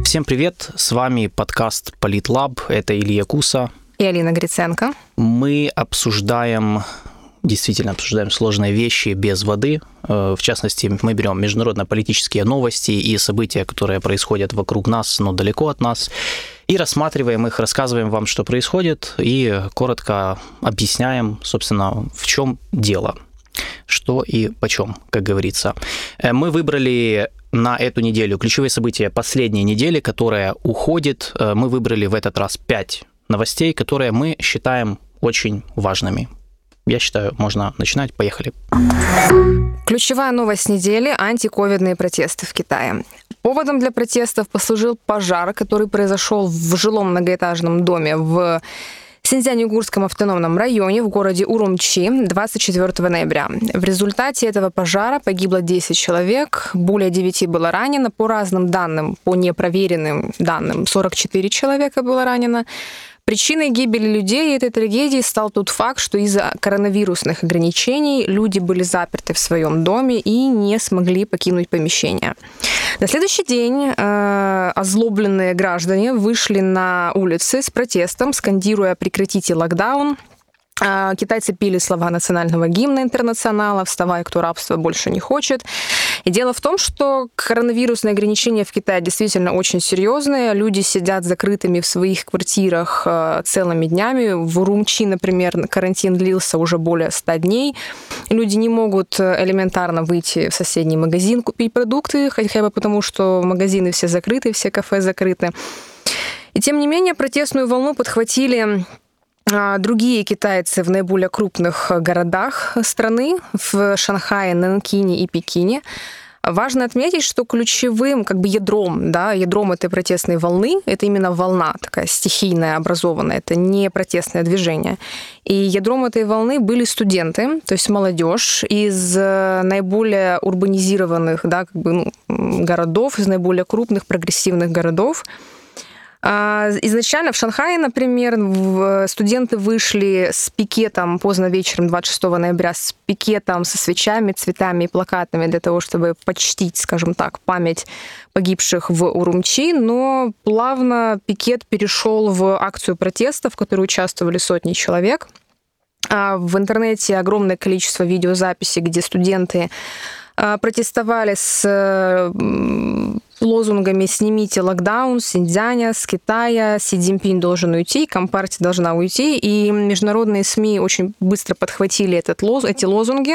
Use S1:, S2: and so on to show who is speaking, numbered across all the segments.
S1: Всем привет, с вами подкаст Политлаб, это Илья Куса
S2: и Алина Гриценко.
S1: Мы действительно обсуждаем сложные вещи без воды. В частности, мы берем международно-политические новости и события, которые происходят вокруг нас, но далеко от нас, и рассматриваем их, рассказываем вам, что происходит, и коротко объясняем, собственно, в чем дело, что и почем, как говорится. Мы выбрали на эту неделю ключевые события последней недели, которая уходит. Мы выбрали в этот раз 5 новостей, которые мы считаем очень важными. Я считаю, можно начинать. Поехали.
S2: Ключевая новость недели – антиковидные протесты в Китае. Поводом для протестов послужил пожар, который произошел в жилом многоэтажном доме в Синьцзянь-Уйгурском автономном районе в городе Урумчи 24 ноября. В результате этого пожара погибло 10 человек, более 9 было ранено. По разным данным, по непроверенным данным, 44 человека было ранено. Причиной гибели людей этой трагедии стал тот факт, что из-за коронавирусных ограничений люди были заперты в своем доме и не смогли покинуть помещение. На следующий день озлобленные граждане вышли на улицы с протестом, скандируя «прекратите локдаун». Китайцы пели слова национального гимна «Интернационала», «Вставай, кто рабства больше не хочет». И дело в том, что коронавирусные ограничения в Китае действительно очень серьезные. Люди сидят закрытыми в своих квартирах целыми днями. В Урумчи, например, карантин длился уже более 100 дней. Люди не могут элементарно выйти в соседний магазин, купить продукты, хотя бы потому, что магазины все закрыты, все кафе закрыты. И тем не менее, протестную волну подхватили другие китайцы в наиболее крупных городах страны, в Шанхае, Нанкине и Пекине. Важно отметить, что ключевым ядром этой протестной волны, это именно волна такая стихийная, образованная, это не протестное движение. И ядром этой волны были студенты, то есть молодежь из наиболее урбанизированных городов, из наиболее крупных прогрессивных городов. Изначально в Шанхае, например, студенты вышли с пикетом поздно вечером 26 ноября, с пикетом, со свечами, цветами и плакатами для того, чтобы почтить, скажем так, память погибших в Урумчи, но плавно пикет перешел в акцию протеста, в которой участвовали сотни человек. В интернете огромное количество видеозаписей, где студенты протестовали с лозунгами «Снимите локдаун», «Синьцзяня», «С Китая», «Си Цзиньпинь должен уйти», «Компартия должна уйти». И международные СМИ очень быстро подхватили эти лозунги,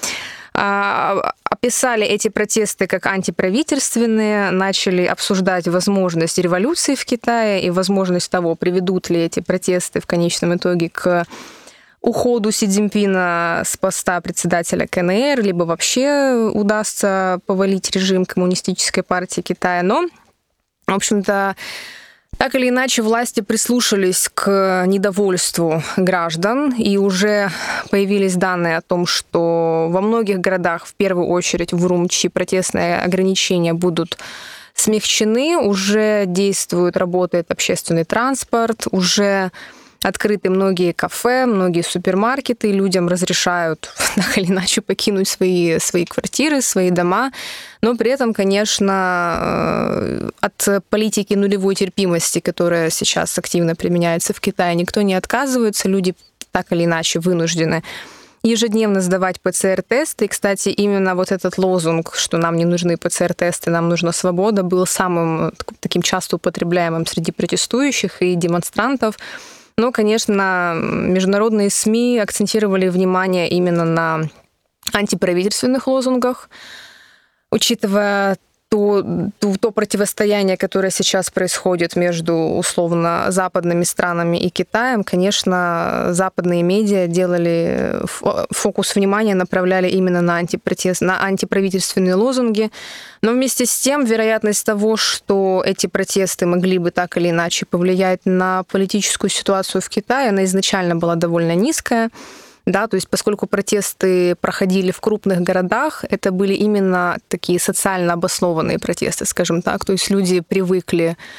S2: описали эти протесты как антиправительственные, начали обсуждать возможность революции в Китае и возможность того, приведут ли эти протесты в конечном итоге к уходу Си Цзиньпина с поста председателя КНР, либо вообще удастся повалить режим Коммунистической партии Китая. Но, в общем-то, так или иначе, власти прислушались к недовольству граждан, и уже появились данные о том, что во многих городах, в первую очередь в Урумчи, протестные ограничения будут смягчены, уже действует, работает общественный транспорт, уже открыты многие кафе, многие супермаркеты, людям разрешают так или иначе покинуть свои квартиры, свои дома, но при этом, конечно, от политики нулевой терпимости, которая сейчас активно применяется в Китае, никто не отказывается, люди так или иначе вынуждены ежедневно сдавать ПЦР-тесты. И, кстати, именно вот этот лозунг, что нам не нужны ПЦР-тесты, нам нужна свобода, был самым таким часто употребляемым среди протестующих и демонстрантов. Но, конечно, международные СМИ акцентировали внимание именно на антиправительственных лозунгах, учитывая то противостояние, которое сейчас происходит между, условно, западными странами и Китаем. Конечно, западные медиа делали фокус внимания, направляли именно на антиправительственные лозунги. Но вместе с тем, вероятность того, что эти протесты могли бы так или иначе повлиять на политическую ситуацию в Китае, она изначально была довольно низкая. Да, то есть поскольку протесты проходили в крупных городах, это были именно такие социально обоснованные протесты, скажем так. То есть люди привыкли к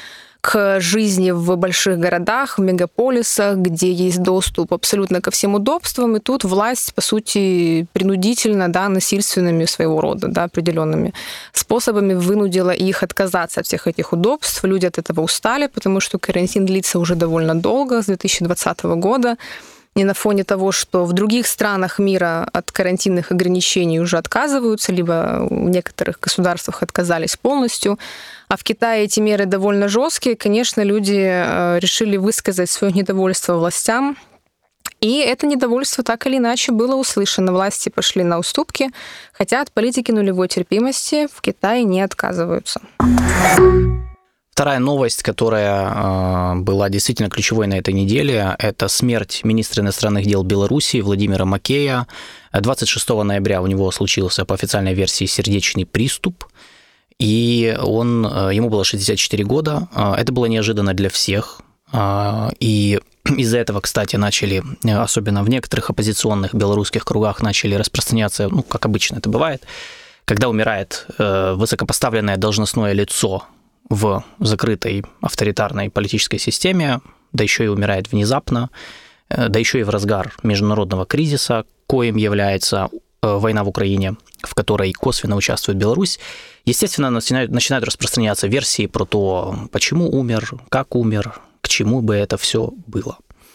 S2: к жизни в больших городах, в мегаполисах, где есть доступ абсолютно ко всем удобствам, и тут власть, по сути, принудительно, да, насильственными своего рода, да, определенными способами вынудила их отказаться от всех этих удобств. Люди от этого устали, потому что карантин длится уже довольно долго, с 2020 года. И на фоне того, что в других странах мира от карантинных ограничений уже отказываются, либо в некоторых государствах отказались полностью, а в Китае эти меры довольно жесткие, конечно, люди решили высказать свое недовольство властям, и это недовольство так или иначе было услышано. Власти пошли на уступки, хотя от политики нулевой терпимости в Китае не отказываются.
S1: Вторая новость, которая была действительно ключевой на этой неделе, это смерть министра иностранных дел Беларуси Владимира Макея. 26 ноября у него случился, по официальной версии, сердечный приступ, и ему было 64 года. Это было неожиданно для всех, и из-за этого, кстати, начали, особенно в некоторых оппозиционных белорусских кругах, начали распространяться, как обычно это бывает, когда умирает высокопоставленное должностное лицо в закрытой авторитарной политической системе, да еще и умирает внезапно, да еще и в разгар международного кризиса, коим является война в Украине, в которой косвенно участвует Беларусь, естественно, начинают распространяться версии про то, почему умер, как умер, к чему бы это все было.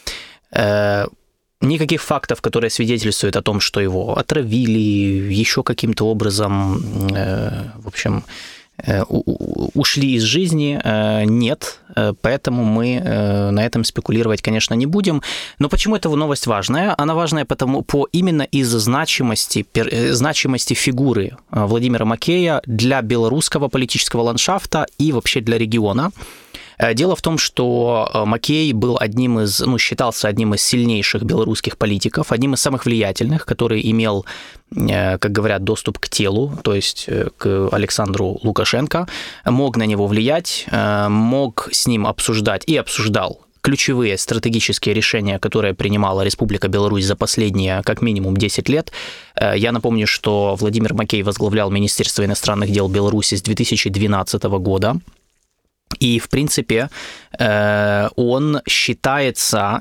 S1: Никаких фактов, которые свидетельствуют о том, что его отравили, еще каким-то образом, в общем, ушли из жизни, нет, поэтому мы на этом спекулировать, конечно, не будем. Но почему эта новость важная? Она важная именно из-за значимости фигуры Владимира Макея для белорусского политического ландшафта и вообще для региона. Дело в том, что Макей был считался одним из сильнейших белорусских политиков, одним из самых влиятельных, который имел, как говорят, доступ к телу, то есть к Александру Лукашенко, мог на него влиять, мог с ним обсуждать и обсуждал ключевые стратегические решения, которые принимала Республика Беларусь за последние, как минимум, 10 лет. Я напомню, что Владимир Макей возглавлял Министерство иностранных дел Беларуси с 2012 года. И, в принципе, он считался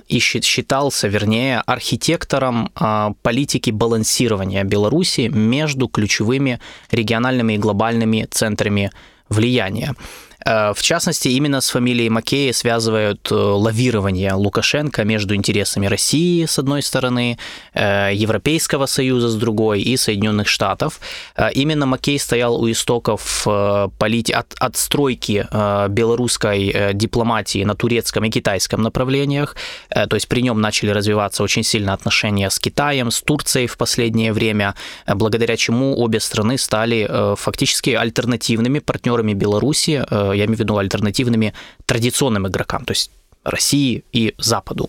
S1: архитектором политики балансирования Беларуси между ключевыми региональными и глобальными центрами влияния. В частности, именно с фамилией Макея связывают лавирование Лукашенко между интересами России, с одной стороны, Европейского Союза, с другой, и Соединенных Штатов. Именно Макей стоял у истоков отстройки белорусской дипломатии на турецком и китайском направлениях. То есть при нем начали развиваться очень сильно отношения с Китаем, с Турцией в последнее время, благодаря чему обе страны стали фактически альтернативными партнерами Беларуси, я имею в виду альтернативными традиционным игрокам, то есть России и Западу.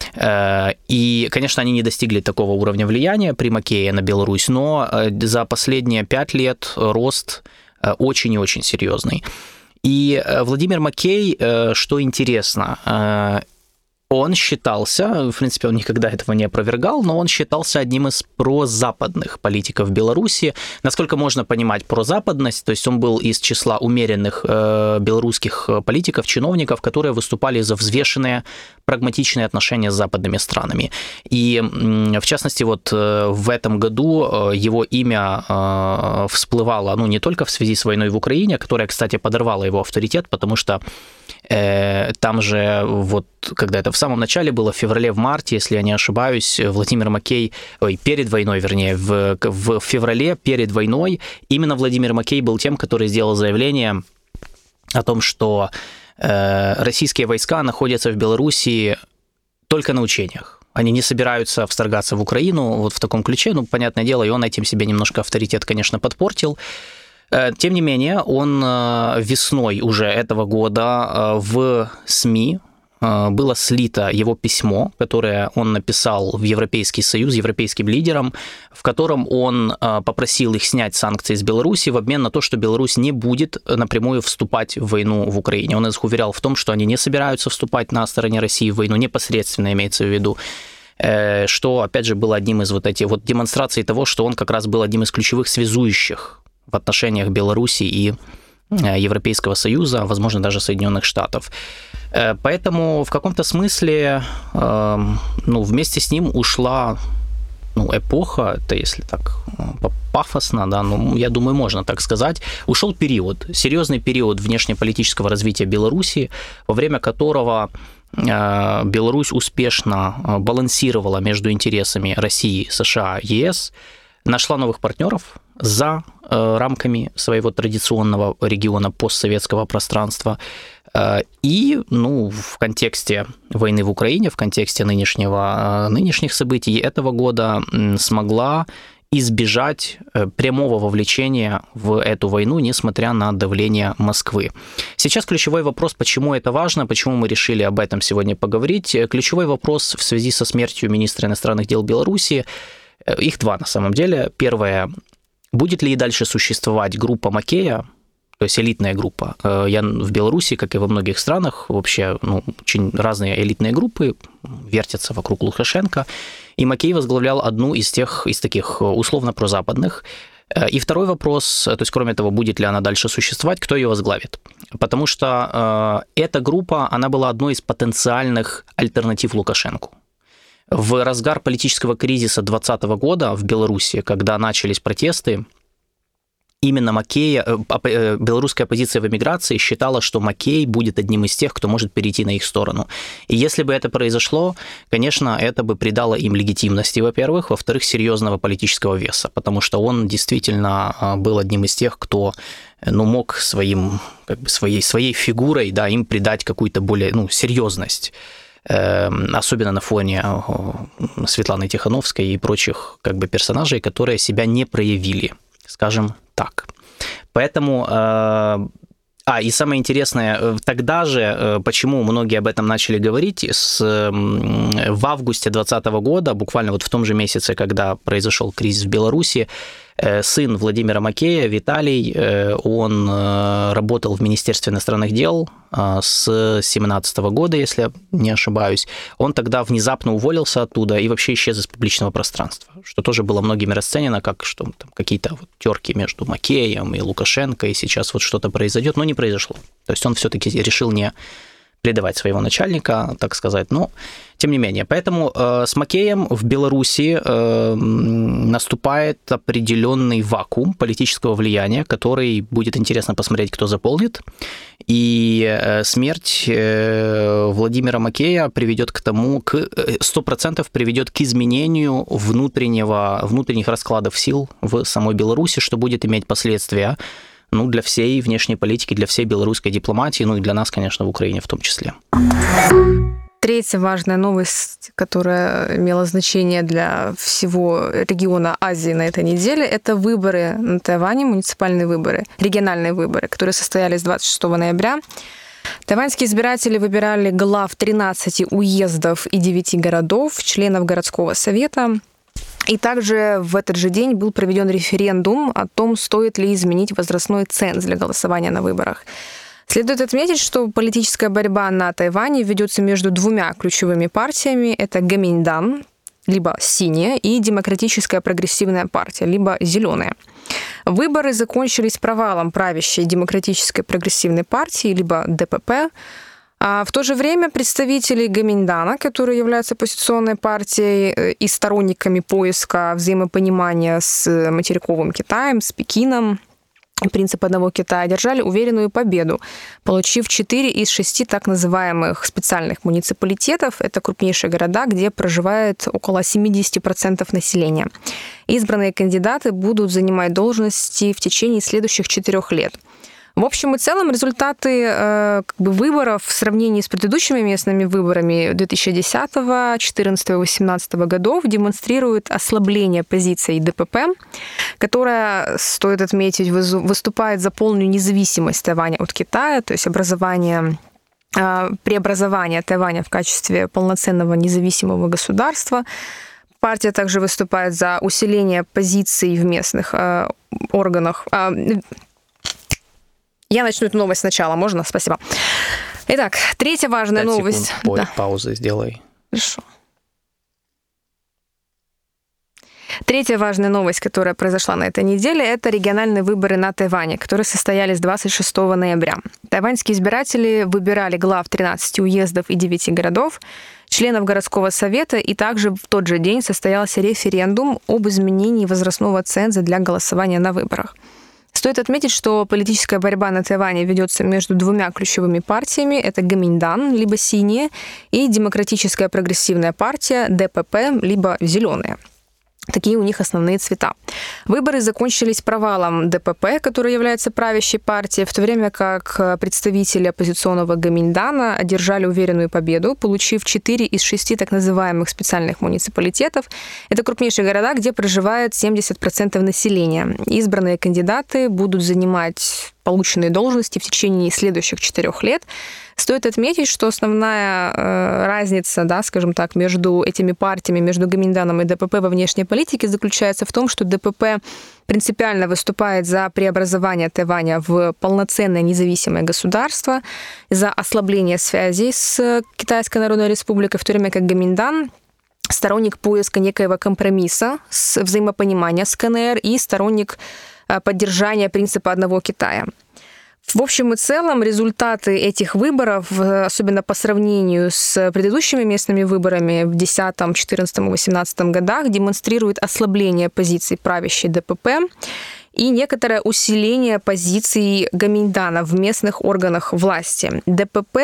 S1: И, конечно, они не достигли такого уровня влияния при Макее на Беларусь, но за последние 5 лет рост очень и очень серьезный. И Владимир Макей, что интересно, он считался, в принципе, он никогда этого не опровергал, но он считался одним из прозападных политиков Беларуси. Насколько можно понимать прозападность, то есть он был из числа умеренных белорусских политиков, чиновников, которые выступали за взвешенные, прагматичные отношения с западными странами. И, в частности, вот в этом году его имя всплывало, не только в связи с войной в Украине, которая, кстати, подорвала его авторитет, потому что там же, вот когда это в самом начале было, в феврале, в марте, если я не ошибаюсь, Владимир Макей, перед войной, вернее, в феврале перед войной, именно Владимир Макей был тем, который сделал заявление о том, что российские войска находятся в Белоруссии только на учениях. Они не собираются вторгаться в Украину вот в таком ключе, понятное дело, и он этим себе немножко авторитет, конечно, подпортил. Тем не менее, он весной уже этого года в СМИ было слито его письмо, которое он написал в Европейский Союз, европейским лидерам, в котором он попросил их снять санкции с Беларуси в обмен на то, что Беларусь не будет напрямую вступать в войну в Украине. Он их уверял в том, что они не собираются вступать на стороне России в войну, непосредственно имеется в виду, что, опять же, было одним из вот этих вот демонстраций того, что он как раз был одним из ключевых связующих в отношениях Беларуси и Европейского Союза, возможно, даже Соединенных Штатов. Поэтому в каком-то смысле вместе с ним ушла эпоха, это если так пафосно, да, я думаю, можно так сказать, ушел период, серьезный период внешнеполитического развития Беларуси, во время которого Беларусь успешно балансировала между интересами России, США, ЕС, нашла новых партнеров за рамками своего традиционного региона постсоветского пространства. И, в контексте войны в Украине, в контексте нынешних событий этого года смогла избежать прямого вовлечения в эту войну, несмотря на давление Москвы. Сейчас ключевой вопрос, почему это важно, почему мы решили об этом сегодня поговорить. Ключевой вопрос в связи со смертью министра иностранных дел Беларуси, их два на самом деле. Первое, будет ли и дальше существовать группа Макея, то есть элитная группа. В Беларуси, как и во многих странах, вообще очень разные элитные группы вертятся вокруг Лукашенко. И Макей возглавлял одну из таких условно прозападных. И второй вопрос, то есть кроме того, будет ли она дальше существовать, кто ее возглавит. Потому что эта группа, она была одной из потенциальных альтернатив Лукашенку. В разгар политического кризиса 2020 года в Беларуси, когда начались протесты, именно белорусская оппозиция в эмиграции считала, что Макей будет одним из тех, кто может перейти на их сторону. И если бы это произошло, конечно, это бы придало им легитимности, во-первых, во-вторых, серьезного политического веса, потому что он действительно был одним из тех, кто мог своей фигурой, да, им придать какую-то более серьезность. Особенно на фоне Светланы Тихановской и прочих персонажей, которые себя не проявили, скажем так. Поэтому... и самое интересное, тогда же, почему многие об этом начали говорить, в августе 2020 года, буквально в том же месяце, когда произошел кризис в Беларуси, сын Владимира Макея, Виталий, он работал в Министерстве иностранных дел с 2017 года, если я не ошибаюсь. Он тогда внезапно уволился оттуда и вообще исчез из публичного пространства, что тоже было многими расценено как что там какие-то терки между Макеем и Лукашенко, и сейчас что-то произойдет, но не произошло. То есть он все-таки решил не предавать своего начальника, так сказать, но тем не менее. Поэтому с Макеем в Беларуси наступает определенный вакуум политического влияния, который будет интересно посмотреть, кто заполнит. И смерть Владимира Макея приведет к 100% приведет к изменению внутренних раскладов сил в самой Беларуси, что будет иметь последствия для всей внешней политики, для всей белорусской дипломатии, и для нас, конечно, в Украине в том числе.
S2: Третья важная новость, которая имела значение для всего региона Азии на этой неделе, это выборы на Тайване, муниципальные выборы, региональные выборы, которые состоялись 26 ноября. Тайваньские избиратели выбирали глав 13 уездов и 9 городов, членов городского совета. И также в этот же день был проведен референдум о том, стоит ли изменить возрастной ценз для голосования на выборах. Следует отметить, что политическая борьба на Тайване ведется между двумя ключевыми партиями. Это Гоминьдан, либо синяя, и Демократическая прогрессивная партия, либо зеленая. Выборы закончились провалом правящей Демократической прогрессивной партии, либо ДПП. А в то же время представители Гоминьдана, которые являются оппозиционной партией и сторонниками поиска взаимопонимания с материковым Китаем, с Пекином, принцип одного Китая, одержали уверенную победу, получив 4 из 6 так называемых специальных муниципалитетов. Это крупнейшие города, где проживает около 70% населения. Избранные кандидаты будут занимать должности в течение следующих 4 лет. В общем и целом результаты выборов в сравнении с предыдущими местными выборами 2010, 2014 и 2018 годов демонстрируют ослабление позиций ДПП, которая, стоит отметить, выступает за полную независимость Тайваня от Китая, то есть преобразование Тайваня в качестве полноценного независимого государства. Партия также выступает за усиление позиций в местных органах. Я начну эту новость сначала, можно? Спасибо. Итак, третья важная новость.
S1: Паузы сделай.
S2: Хорошо. Третья важная новость, которая произошла на этой неделе, это региональные выборы на Тайване, которые состоялись 26 ноября. Тайваньские избиратели выбирали глав 13 уездов и 9 городов, членов городского совета, и также в тот же день состоялся референдум об изменении возрастного ценза для голосования на выборах. Стоит отметить, что политическая борьба на Тайване ведется между двумя ключевыми партиями. Это Гоминьдан, либо синие, и Демократическая прогрессивная партия, ДПП, либо зеленые. Такие у них основные цвета. Выборы закончились провалом ДПП, который является правящей партией, в то время как представители оппозиционного Гоминьдана одержали уверенную победу, получив 4 из 6 так называемых специальных муниципалитетов. Это крупнейшие города, где проживает 70% населения. Избранные кандидаты будут занимать полученные должности в течение следующих 4 лет. Стоит отметить, что основная разница, да, скажем так, между этими партиями, между Гоминьданом и ДПП во внешней политике заключается в том, что ДПП принципиально выступает за преобразование Тайваня в полноценное независимое государство, за ослабление связей с Китайской Народной Республикой, в то время как Гоминьдан сторонник поиска некоего компромисса, взаимопонимания с КНР и сторонник поддержания принципа одного Китая. В общем и целом, результаты этих выборов, особенно по сравнению с предыдущими местными выборами в 2010, 2014, 2018 годах, демонстрируют ослабление позиций правящей ДПП и некоторое усиление позиций Гоминьдана в местных органах власти. ДПП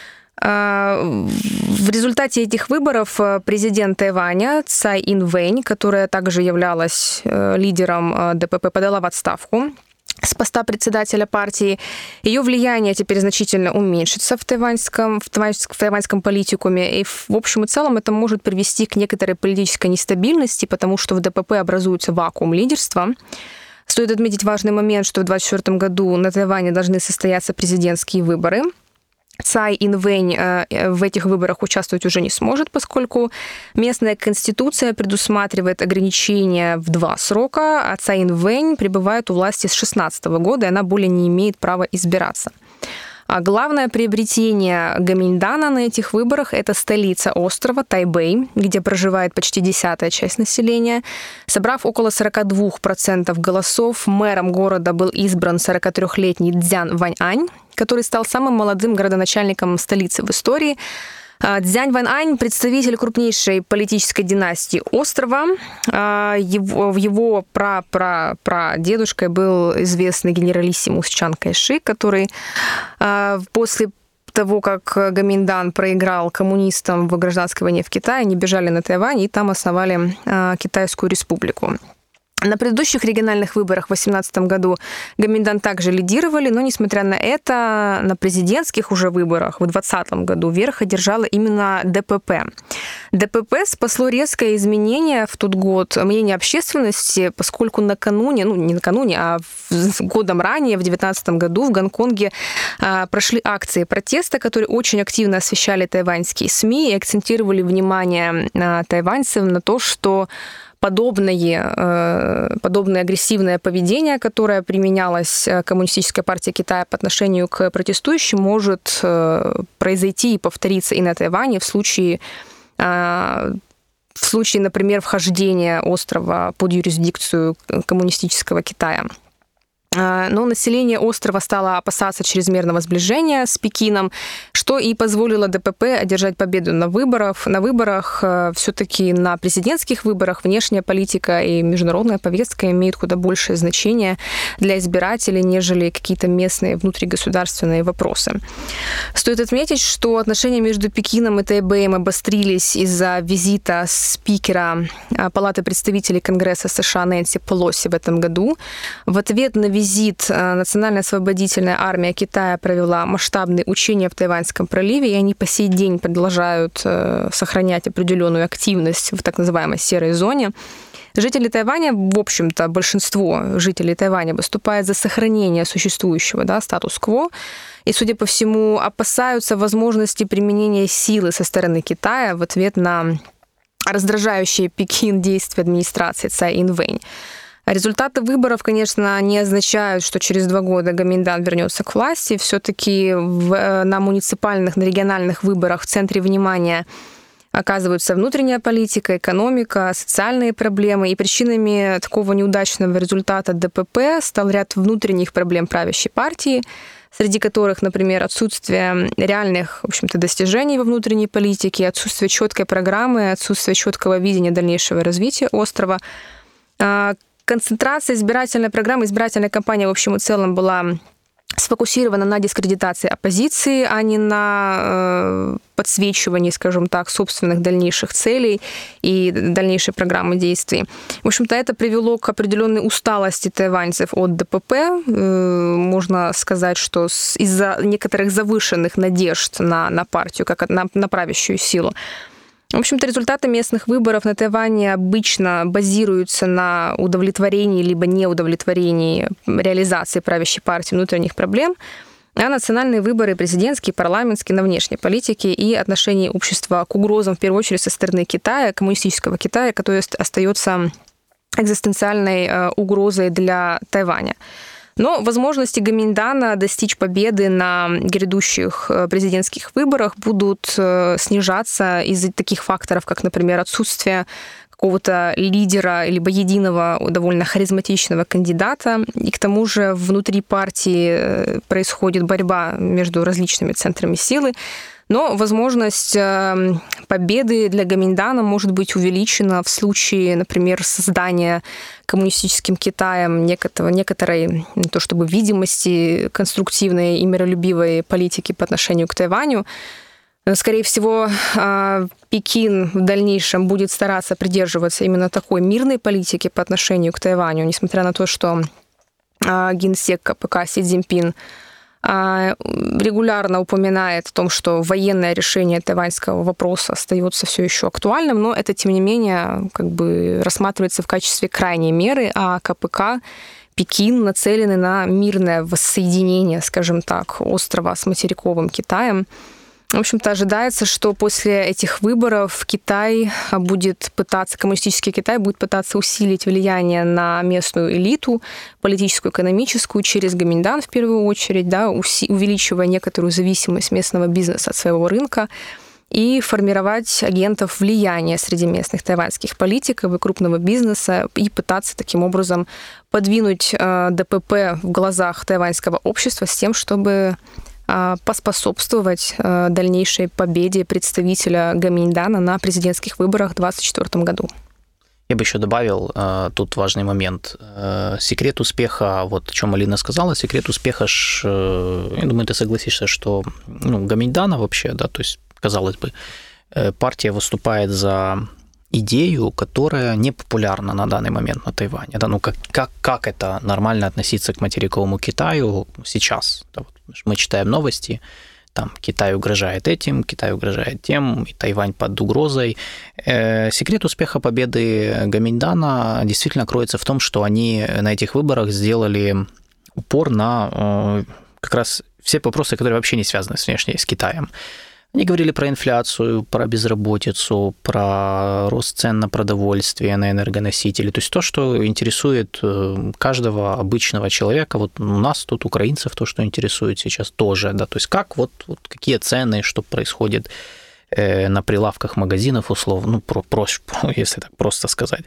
S2: в результате этих выборов президент Тайваня Цай Ин-вэнь, которая также являлась лидером ДПП, подала в отставку с поста председателя партии. Ее влияние теперь значительно уменьшится в тайваньском политикуме. И в общем и целом это может привести к некоторой политической нестабильности, потому что в ДПП образуется вакуум лидерства. Стоит отметить важный момент, что в 2024 году на Тайване должны состояться президентские выборы. Цай Ин-вэнь в этих выборах участвовать уже не сможет, поскольку местная конституция предусматривает ограничения в 2 срока, а Цай Ин-вэнь пребывает у власти с 2016 года, и она более не имеет права избираться. А главное приобретение Гоминьдана на этих выборах – это столица острова Тайбэй, где проживает почти 10-я часть населения. Собрав около 42% голосов, мэром города был избран 43-летний Цзянь Ваньань, который стал самым молодым городоначальником столицы в истории. Цзянь Ваньань – представитель крупнейшей политической династии острова. Его прадедушкой был известный генералиссимус Чан Кайши, который после того, как Гоминьдан проиграл коммунистам в гражданской войне в Китае, они бежали на Тайвань и там основали Китайскую республику. На предыдущих региональных выборах в 2018 году Гоминьдан также лидировали, но, несмотря на это, на президентских уже выборах в 2020 году верх одержала именно ДПП. ДПП спасло резкое изменение в тот год мнения общественности, поскольку накануне, не накануне, а годом ранее, в 2019 году, в Гонконге прошли акции протеста, которые очень активно освещали тайваньские СМИ и акцентировали внимание тайваньцев на то, что подобное агрессивное поведение, которое применялось Коммунистической партией Китая по отношению к протестующим, может произойти и повториться и на Тайване в случае, например, вхождения острова под юрисдикцию коммунистического Китая. Но население острова стало опасаться чрезмерного сближения с Пекином, что и позволило ДПП одержать победу на выборах. На выборах, все-таки на президентских выборах, внешняя политика и международная повестка имеют куда большее значение для избирателей, нежели какие-то местные внутригосударственные вопросы. Стоит отметить, что отношения между Пекином и Тайбэем обострились из-за визита спикера Палаты представителей Конгресса США Нэнси Пелоси в этом году. В ответ на визит Национальная освободительная армия Китая провела масштабные учения в Тайваньском проливе, и они по сей день продолжают сохранять определенную активность в так называемой серой зоне. Жители Тайваня, в общем-то, большинство жителей Тайваня выступает за сохранение существующего статус-кво, и, судя по всему, опасаются возможности применения силы со стороны Китая в ответ на раздражающие Пекин действия администрации Цай Ин-вэнь. Результаты выборов, конечно, не означают, что через 2 года Гоминьдан вернется к власти. Все-таки на муниципальных, на региональных выборах в центре внимания оказываются внутренняя политика, экономика, социальные проблемы. И причинами такого неудачного результата ДПП стал ряд внутренних проблем правящей партии, среди которых, например, отсутствие реальных, в общем-то, достижений во внутренней политике, отсутствие четкой программы, отсутствие четкого видения дальнейшего развития острова. Концентрация избирательной программы, избирательная кампания, в общем и целом, была сфокусирована на дискредитации оппозиции, а не на подсвечивании, скажем так, собственных дальнейших целей и дальнейшей программы действий. В общем-то, это привело к определенной усталости тайваньцев от ДПП. Можно сказать, что из-за некоторых завышенных надежд на партию, как на правящую силу. В общем-то, результаты местных выборов на Тайване обычно базируются на удовлетворении либо неудовлетворении реализации правящей партии внутренних проблем, а национальные выборы, президентские, парламентские, на внешней политике и отношении общества к угрозам, в первую очередь, со стороны Китая, коммунистического Китая, который остается экзистенциальной угрозой для Тайваня. Но возможности Гоминдана достичь победы на грядущих президентских выборах будут снижаться из-за таких факторов, как, например, отсутствие какого-то лидера, либо единого довольно харизматичного кандидата. И к тому же внутри партии происходит борьба между различными центрами силы. Но возможность победы для Гоминдана может быть увеличена в случае, например, создания коммунистическим Китаем некоторой, не то чтобы видимости, конструктивной и миролюбивой политики по отношению к Тайваню. Скорее всего, Пекин в дальнейшем будет стараться придерживаться именно такой мирной политики по отношению к Тайваню, несмотря на то, что генсек КПК Си Цзиньпин регулярно упоминает о том, что военное решение тайваньского вопроса остается все еще актуальным, но это, тем не менее, как бы рассматривается в качестве крайней меры, а КПК, Пекин нацелены на мирное воссоединение, скажем так, острова с материковым Китаем. В общем-то, ожидается, что после этих выборов коммунистический Китай будет пытаться усилить влияние на местную элиту, политическую, экономическую, через Гоминдан в первую очередь, да, увеличивая некоторую зависимость местного бизнеса от своего рынка и формировать агентов влияния среди местных тайваньских политиков и крупного бизнеса и пытаться таким образом подвинуть ДПП в глазах тайваньского общества с тем, чтобы поспособствовать дальнейшей победе представителя Гоминдана на президентских выборах в 2024 году.
S1: Я бы еще добавил тут важный момент. Секрет успеха, вот о чем Алина сказала, секрет успеха, я думаю, ты согласишься, что Гоминдана вообще, да, то есть, казалось бы, партия выступает за идею, которая не популярна на данный момент на Тайване. Да, как это нормально относиться к материковому Китаю сейчас? Да, вот мы читаем новости, там Китай угрожает этим, Китай угрожает тем, и Тайвань под угрозой. Секрет успеха победы Гоминдана действительно кроется в том, что они на этих выборах сделали упор на как раз все вопросы, которые вообще не связаны с Китаем. Они говорили про инфляцию, про безработицу, про рост цен на продовольствие, на энергоносители. То есть то, что интересует каждого обычного человека. Вот у нас тут, украинцев, то, что интересует сейчас тоже. Да? То есть какие цены, что происходит на прилавках магазинов, условно, если так просто сказать.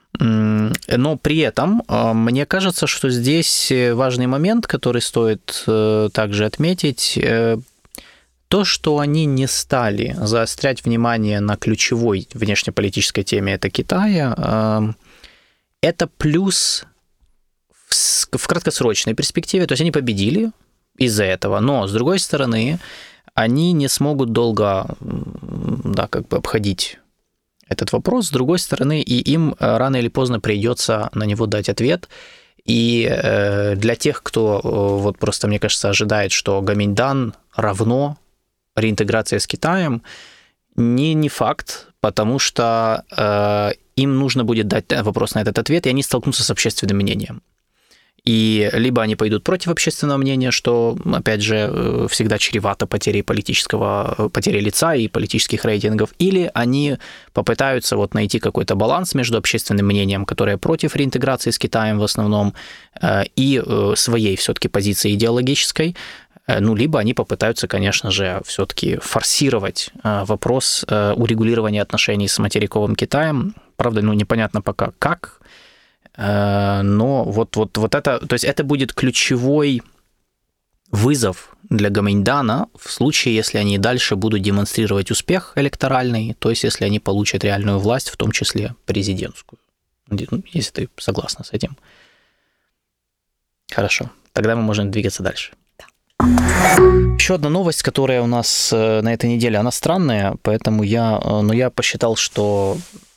S1: Но при этом мне кажется, что здесь важный момент, который стоит также отметить – то, что они не стали заострять внимание на ключевой внешнеполитической теме, это Китая, это плюс в краткосрочной перспективе, то есть они победили из-за этого, но, с другой стороны, они не смогут долго обходить этот вопрос, с другой стороны, и им рано или поздно придется на него дать ответ. И для тех, кто просто, мне кажется, ожидает, что Гоминдан равно реинтеграция с Китаем, не факт, потому что им нужно будет дать вопрос на этот ответ, и они столкнутся с общественным мнением. И либо они пойдут против общественного мнения, что, опять же, всегда чревато потерей лица и политических рейтингов, или они попытаются найти какой-то баланс между общественным мнением, которое против реинтеграции с Китаем в основном, и своей все-таки позицией идеологической, либо они попытаются, конечно же, все-таки форсировать вопрос урегулирования отношений с материковым Китаем. Правда, непонятно пока как, но вот это, то есть это будет ключевой вызов для Гоминьдана в случае, если они дальше будут демонстрировать успех электоральный, то есть если они получат реальную власть, в том числе президентскую. Если ты согласна с этим. Хорошо, тогда мы можем двигаться дальше. Еще одна новость, которая у нас на этой неделе, она странная, поэтому я посчитал, что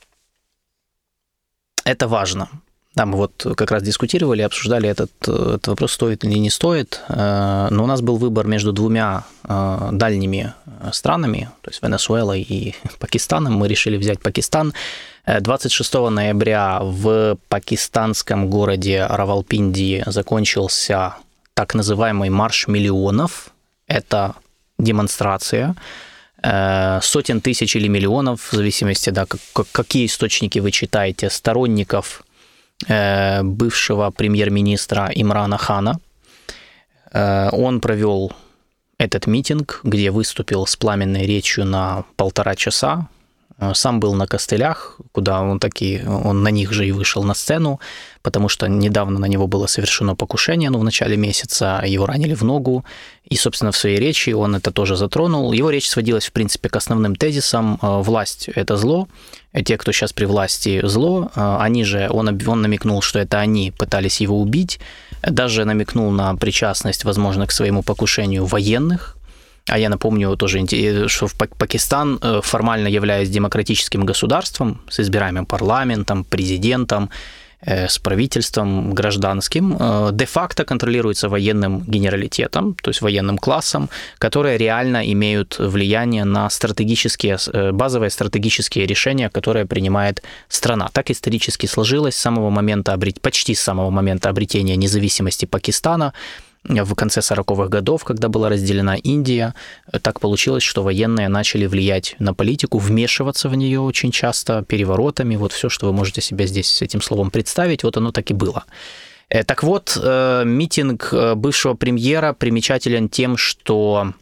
S1: это важно. Да, мы вот как раз дискутировали, обсуждали этот вопрос, стоит или не стоит, но у нас был выбор между двумя дальними странами, то есть Венесуэлой и Пакистаном. Мы решили взять Пакистан. 26 ноября в пакистанском городе Равалпинди закончился так называемый «Марш миллионов». Это демонстрация сотен тысяч или миллионов, в зависимости, да, какие источники вы читаете, сторонников бывшего премьер-министра Имрана Хана. Он провел этот митинг, где выступил с пламенной речью на 1,5 часа. Сам был на костылях, куда он на них же и вышел на сцену, потому что недавно на него было совершено покушение, в начале месяца его ранили в ногу, и, собственно, в своей речи он это тоже затронул. Его речь сводилась, в принципе, к основным тезисам: власть – это зло, те, кто сейчас при власти, зло, он намекнул, что это они пытались его убить, даже намекнул на причастность, возможно, к своему покушению военных. А я напомню тоже, что Пакистан, формально являясь демократическим государством, с избираемым парламентом, президентом, с правительством гражданским, де-факто контролируется военным генералитетом, то есть военным классом, которые реально имеют влияние на базовые стратегические решения, которые принимает страна. Так исторически сложилось почти с самого момента обретения независимости Пакистана. В конце 40-х годов, когда была разделена Индия, так получилось, что военные начали влиять на политику, вмешиваться в нее очень часто переворотами. Вот все, что вы можете себе здесь с этим словом представить, вот оно так и было. Так вот, митинг бывшего премьера примечателен тем, что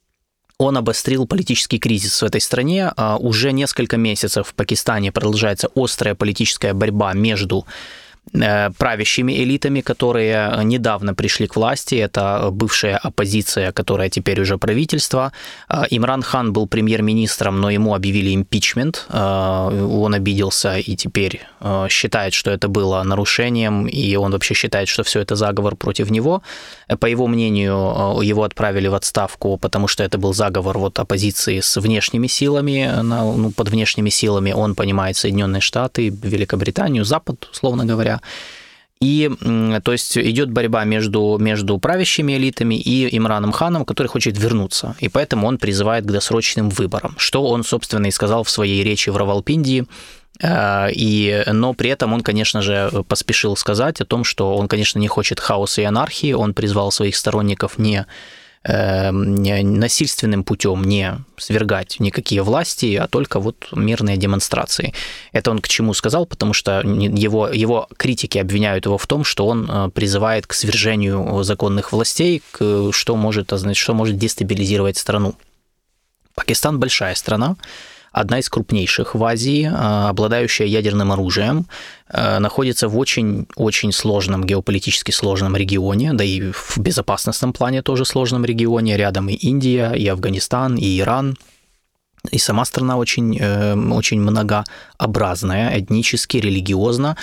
S1: он обострил политический кризис в этой стране. Уже несколько месяцев в Пакистане продолжается острая политическая борьба между правящими элитами, которые недавно пришли к власти. Это бывшая оппозиция, которая теперь уже правительство. Имран Хан был премьер-министром, но ему объявили импичмент. Он обиделся и теперь считает, что это было нарушением, и он вообще считает, что все это заговор против него. По его мнению, его отправили в отставку, потому что это был заговор оппозиции с внешними силами. Под внешними силами он понимает Соединенные Штаты, Великобританию, Запад, условно говоря. И, то есть, идет борьба между правящими элитами и Имраном Ханом, который хочет вернуться. И поэтому он призывает к досрочным выборам, что он, собственно, и сказал в своей речи в Равалпинди. Но при этом он, конечно же, поспешил сказать о том, что он, конечно, не хочет хаоса и анархии. Он призвал своих сторонников не насильственным путем не свергать никакие власти, а только мирные демонстрации. Это он к чему сказал, потому что его критики обвиняют его в том, что он призывает к свержению законных властей, что может дестабилизировать страну. Пакистан большая страна, одна из крупнейших в Азии, обладающая ядерным оружием, находится в очень-очень сложном, геополитически сложном регионе, да и в безопасностном плане тоже сложном регионе. Рядом и Индия, и Афганистан, и Иран. И сама страна очень, очень многообразная, этнически, религиозно.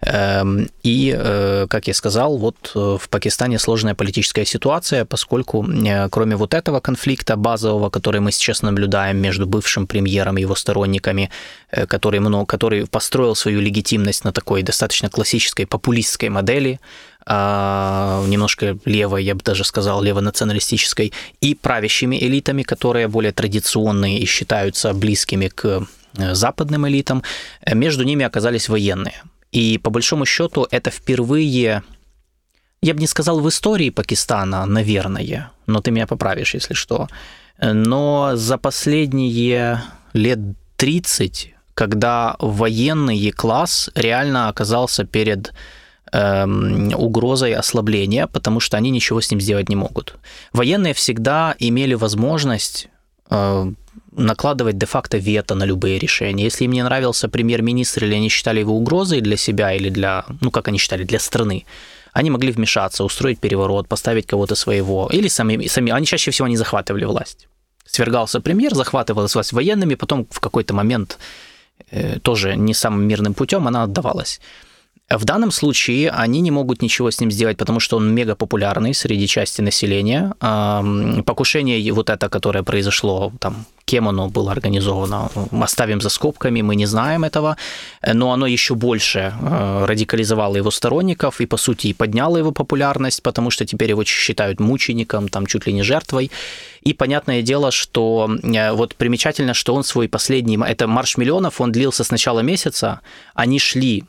S1: И, как я сказал, в Пакистане сложная политическая ситуация, поскольку кроме этого конфликта базового, который мы сейчас наблюдаем между бывшим премьером и его сторонниками, который построил свою легитимность на такой достаточно классической популистской модели, немножко левой, я бы даже сказал, левонационалистической, и правящими элитами, которые более традиционные и считаются близкими к западным элитам, между ними оказались военные. И по большому счету это впервые, я бы не сказал в истории Пакистана, наверное, но ты меня поправишь, если что, но за последние лет 30, когда военный класс реально оказался перед угрозой ослабления, потому что они ничего с ним сделать не могут. Военные всегда имели возможность накладывать де-факто вето на любые решения. Если им не нравился премьер-министр или они считали его угрозой для себя или для, как они считали, для страны, они могли вмешаться, устроить переворот, поставить кого-то своего. Или сами. Они чаще всего не захватывали власть. Свергался премьер, захватывалась власть военными, потом в какой-то момент тоже не самым мирным путем она отдавалась. В данном случае они не могут ничего с ним сделать, потому что он мегапопулярный среди части населения. Покушение вот это, которое произошло, там, кем оно было организовано, оставим за скобками, мы не знаем этого, но оно еще больше радикализовало его сторонников и, по сути, подняло его популярность, потому что теперь его считают мучеником, там, чуть ли не жертвой. И понятное дело, что вот примечательно, что он свой последний, это марш миллионов, он длился с начала месяца, они шли,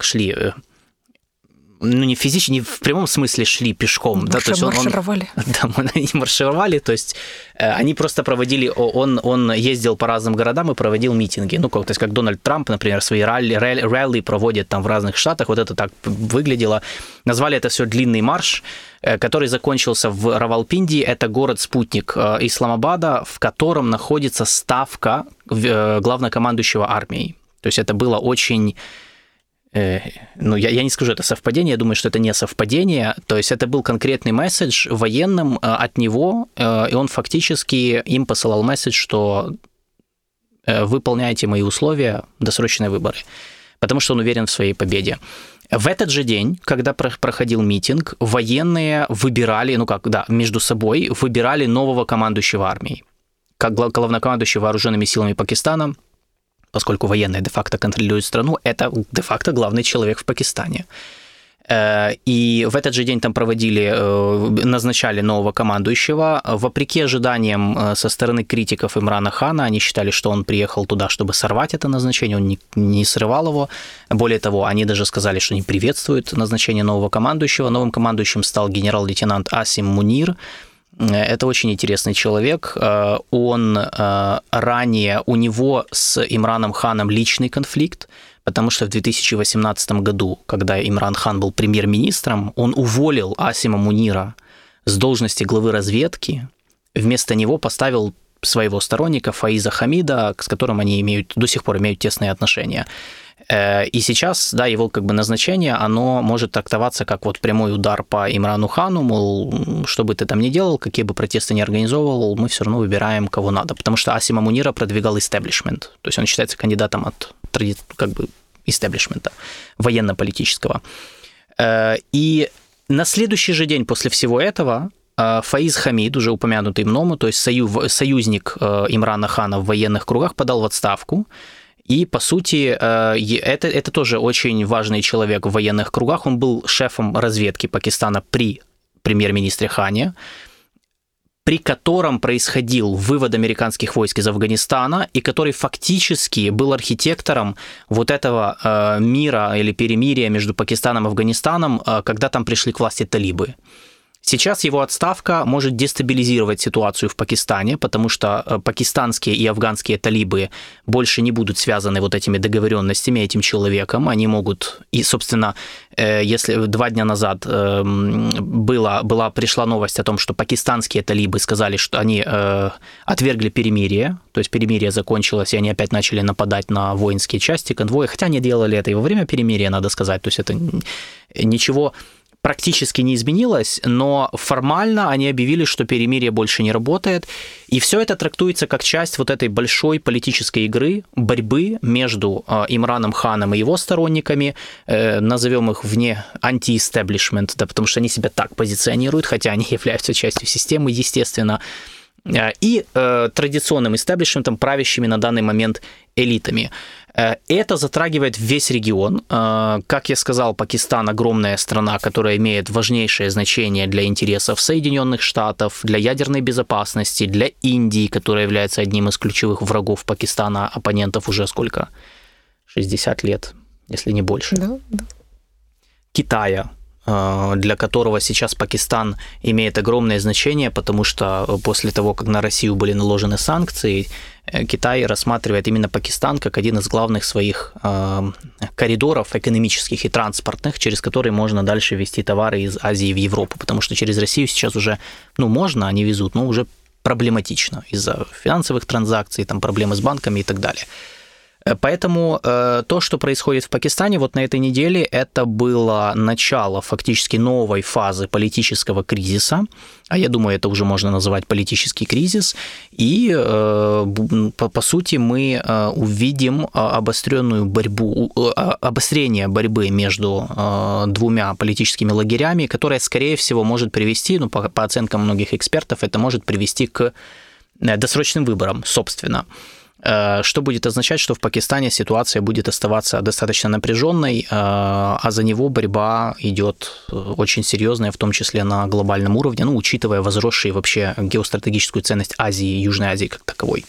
S1: не физически, не в прямом смысле шли пешком.
S2: Маршировали.
S1: Они маршировали, то есть они просто проводили, он ездил по разным городам и проводил митинги. То есть как Дональд Трамп, например, свои ралли проводит там в разных штатах, вот это так выглядело. Назвали это все «Длинный марш», который закончился в Равалпинди. Это город-спутник Исламабада, в котором находится ставка главнокомандующего армией. То есть это было очень... я не скажу, это совпадение, я думаю, что это не совпадение. То есть это был конкретный месседж военным от него, и он фактически им посылал месседж, что выполняйте мои условия, досрочные выборы, потому что он уверен в своей победе. В этот же день, когда проходил митинг, военные выбирали, между собой выбирали нового командующего армией. Как главнокомандующий вооруженными силами Пакистана, поскольку военные де-факто контролируют страну, это де-факто главный человек в Пакистане. И в этот же день там назначали нового командующего. Вопреки ожиданиям со стороны критиков Имрана Хана, они считали, что он приехал туда, чтобы сорвать это назначение, он не срывал его. Более того, они даже сказали, что не приветствуют назначение нового командующего. Новым командующим стал генерал-лейтенант Асим Мунир. Это очень интересный человек. Он ранее, у него с Имраном Ханом личный конфликт, потому что в 2018 году, когда Имран Хан был премьер-министром, он уволил Асима Мунира с должности главы разведки, вместо него поставил своего сторонника Фаиза Хамида, с которым они до сих пор имеют тесные отношения. И сейчас, его назначение, оно может трактоваться как прямой удар по Имрану Хану, мол, что бы ты там ни делал, какие бы протесты ни организовывал, мы все равно выбираем, кого надо, потому что Асима Мунира продвигал истеблишмент, то есть он считается кандидатом от истеблишмента военно-политического. И на следующий же день после всего этого Фаиз Хамид, уже упомянутый мной, то есть союзник Имрана Хана в военных кругах, подал в отставку. И, по сути, это тоже очень важный человек в военных кругах. Он был шефом разведки Пакистана при премьер-министре Хане, при котором происходил вывод американских войск из Афганистана, и который фактически был архитектором вот этого мира или перемирия между Пакистаном и Афганистаном, когда там пришли к власти талибы. Сейчас его отставка может дестабилизировать ситуацию в Пакистане, потому что пакистанские и афганские талибы больше не будут связаны вот этими договоренностями, этим человеком. Они могут... И, собственно, если 2 дня назад пришла новость о том, что пакистанские талибы сказали, что они отвергли перемирие, то есть перемирие закончилось, и они опять начали нападать на воинские части, конвои, хотя они делали это и во время перемирия, надо сказать, то есть это ничего... практически не изменилось, но формально они объявили, что перемирие больше не работает, и все это трактуется как часть вот этой большой политической игры, борьбы между Имраном Ханом и его сторонниками, назовем их вне анти-истеблишмент, да, потому что они себя так позиционируют, хотя они являются частью системы, естественно, и традиционным истеблишментом, правящими на данный момент элитами. Это затрагивает весь регион. Как я сказал, Пакистан – огромная страна, которая имеет важнейшее значение для интересов Соединенных Штатов, для ядерной безопасности, для Индии, которая является одним из ключевых врагов Пакистана, оппонентов уже сколько? 60 лет, если не больше.
S2: Да.
S1: Китая, для которого сейчас Пакистан имеет огромное значение, потому что после того, как на Россию были наложены санкции, Китай рассматривает именно Пакистан как один из главных своих коридоров экономических и транспортных, через которые можно дальше везти товары из Азии в Европу, потому что через Россию сейчас уже, можно, они везут, но уже проблематично из-за финансовых транзакций, там проблемы с банками и так далее. Поэтому то, что происходит в Пакистане вот на этой неделе, это было начало фактически новой фазы политического кризиса, а я думаю, это уже можно называть политический кризис, и по сути мы увидим обострение борьбы между двумя политическими лагерями, которая, скорее всего, может привести, по оценкам многих экспертов, это может привести к досрочным выборам, собственно. Что будет означать, что в Пакистане ситуация будет оставаться достаточно напряженной, а за него борьба идет очень серьезная, в том числе на глобальном уровне, учитывая возросшие вообще геостратегическую ценность Азии, Южной Азии как таковой.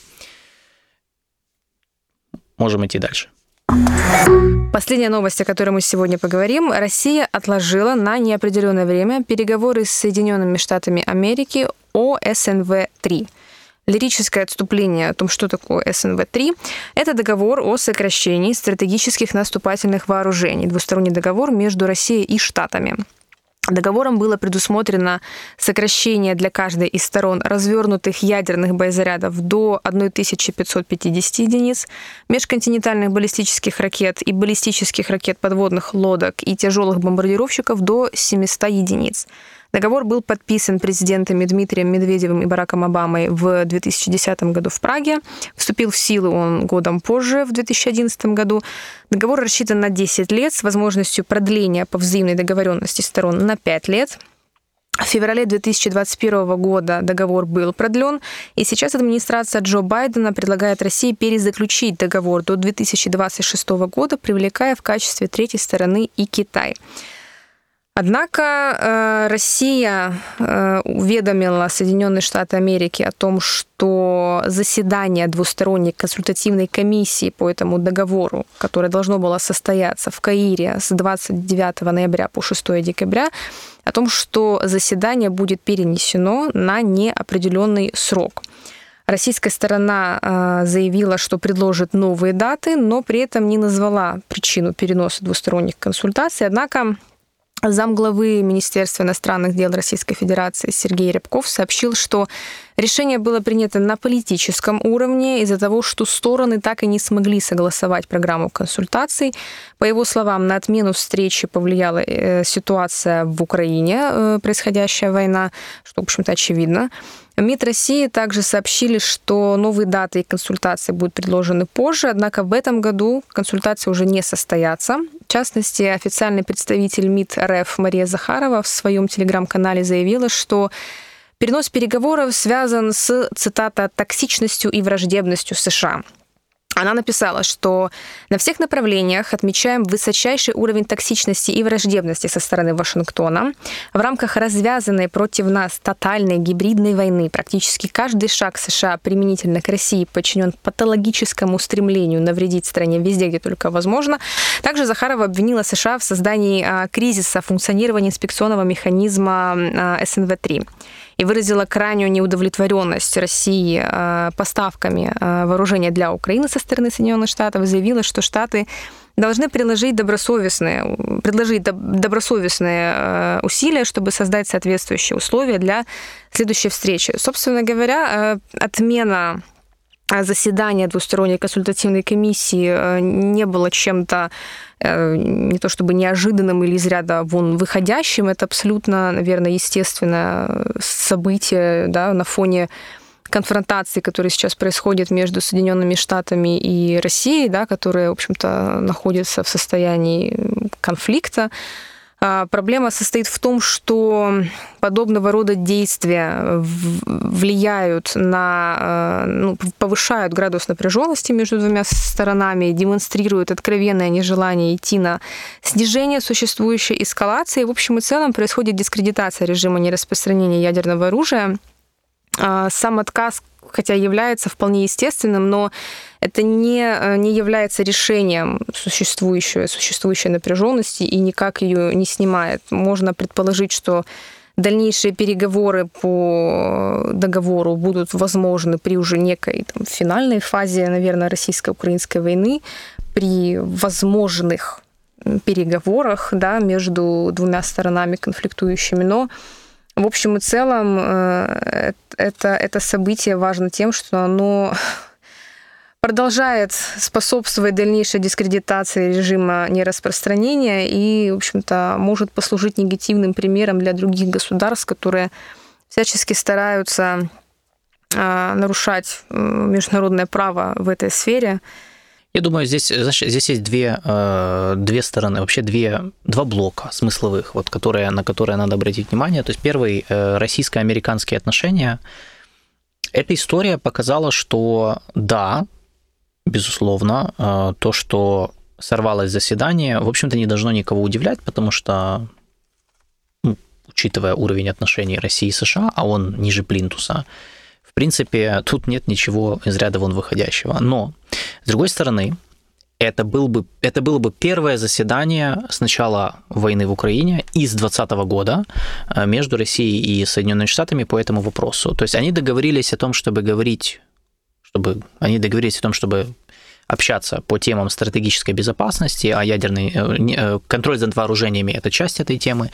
S1: Можем идти дальше.
S2: Последняя новость, о которой мы сегодня поговорим. Россия отложила на неопределенное время переговоры с Соединенными Штатами Америки о СНВ-3. Лирическое отступление о том, что такое СНВ-3, это договор о сокращении стратегических наступательных вооружений, двусторонний договор между Россией и Штатами. Договором было предусмотрено сокращение для каждой из сторон развернутых ядерных боезарядов до 1550 единиц, межконтинентальных баллистических ракет и баллистических ракет подводных лодок и тяжелых бомбардировщиков до 700 единиц. Договор был подписан президентами Дмитрием Медведевым и Бараком Обамой в 2010 году в Праге. Вступил в силу он годом позже, в 2011 году. Договор рассчитан на 10 лет с возможностью продления по взаимной договоренности сторон на 5 лет. В феврале 2021 года договор был продлен, и сейчас администрация Джо Байдена предлагает России перезаключить договор до 2026 года, привлекая в качестве третьей стороны и Китай. Однако Россия уведомила Соединенные Штаты Америки о том, что заседание двусторонней консультативной комиссии по этому договору, которое должно было состояться в Каире с 29 ноября по 6 декабря, о том, что заседание будет перенесено на неопределенный срок. Российская сторона заявила, что предложит новые даты, но при этом не назвала причину переноса двусторонних консультаций. Однако замглавы Министерства иностранных дел Российской Федерации Сергей Рябков сообщил, что решение было принято на политическом уровне из-за того, что стороны так и не смогли согласовать программу консультаций. По его словам, на отмену встречи повлияла ситуация в Украине, происходящая война, что, в общем-то, очевидно. МИД России также сообщили, что новые даты и консультации будут предложены позже, однако в этом году консультации уже не состоятся. В частности, официальный представитель МИД РФ Мария Захарова в своем телеграм-канале заявила, что перенос переговоров связан с, цитата, «токсичностью и враждебностью США». Она написала, что на всех направлениях отмечаем высочайший уровень токсичности и враждебности со стороны Вашингтона. В рамках развязанной против нас тотальной гибридной войны практически каждый шаг США применительно к России подчинен патологическому стремлению навредить стране везде, где только возможно. Также Захарова обвинила США в создании кризиса функционирования инспекционного механизма СНВ-3 и выразила крайнюю неудовлетворенность России поставками вооружения для Украины со стороны Соединенных Штатов, заявила, что Штаты должны предложить добросовестные усилия, чтобы создать соответствующие условия для следующей встречи. Собственно говоря, отмена заседания двусторонней консультативной комиссии не было чем-то не то чтобы неожиданным или из ряда вон выходящим. Это абсолютно, наверное, естественное событие, да, на фоне конфронтации, которая сейчас происходит между Соединенными Штатами и Россией, да, которая, в общем-то, находится в состоянии конфликта. Проблема состоит в том, что подобного рода действия влияют на, повышают градус напряженности между двумя сторонами, демонстрируют откровенное нежелание идти на снижение существующей эскалации. В общем и целом происходит дискредитация режима нераспространения ядерного оружия. Сам отказ, хотя является вполне естественным, но это не является решением существующей напряженности и никак ее не снимает. Можно предположить, что дальнейшие переговоры по договору будут возможны при уже некой там, финальной фазе, наверное, российско-украинской войны, при возможных переговорах, да, между двумя сторонами конфликтующими. Но в общем и целом это событие важно тем, что оно продолжает способствовать дальнейшей дискредитации режима нераспространения и, в общем-то, может послужить негативным примером для других государств, которые всячески стараются нарушать международное право в этой сфере.
S1: Я думаю, здесь есть две стороны, вообще два блока смысловых, вот, на которые надо обратить внимание. То есть первый – российско-американские отношения. Эта история показала, что да, безусловно, то, что сорвалось заседание, в общем-то, не должно никого удивлять, потому что, учитывая уровень отношений России и США, а он ниже плинтуса, в принципе, тут нет ничего из ряда вон выходящего. Но, с другой стороны, это было бы первое заседание с начала войны в Украине и с 2020 года между Россией и Соединенными Штатами по этому вопросу. То есть они договорились о том, чтобы общаться по темам стратегической безопасности, а контроль над вооружениями – это часть этой темы,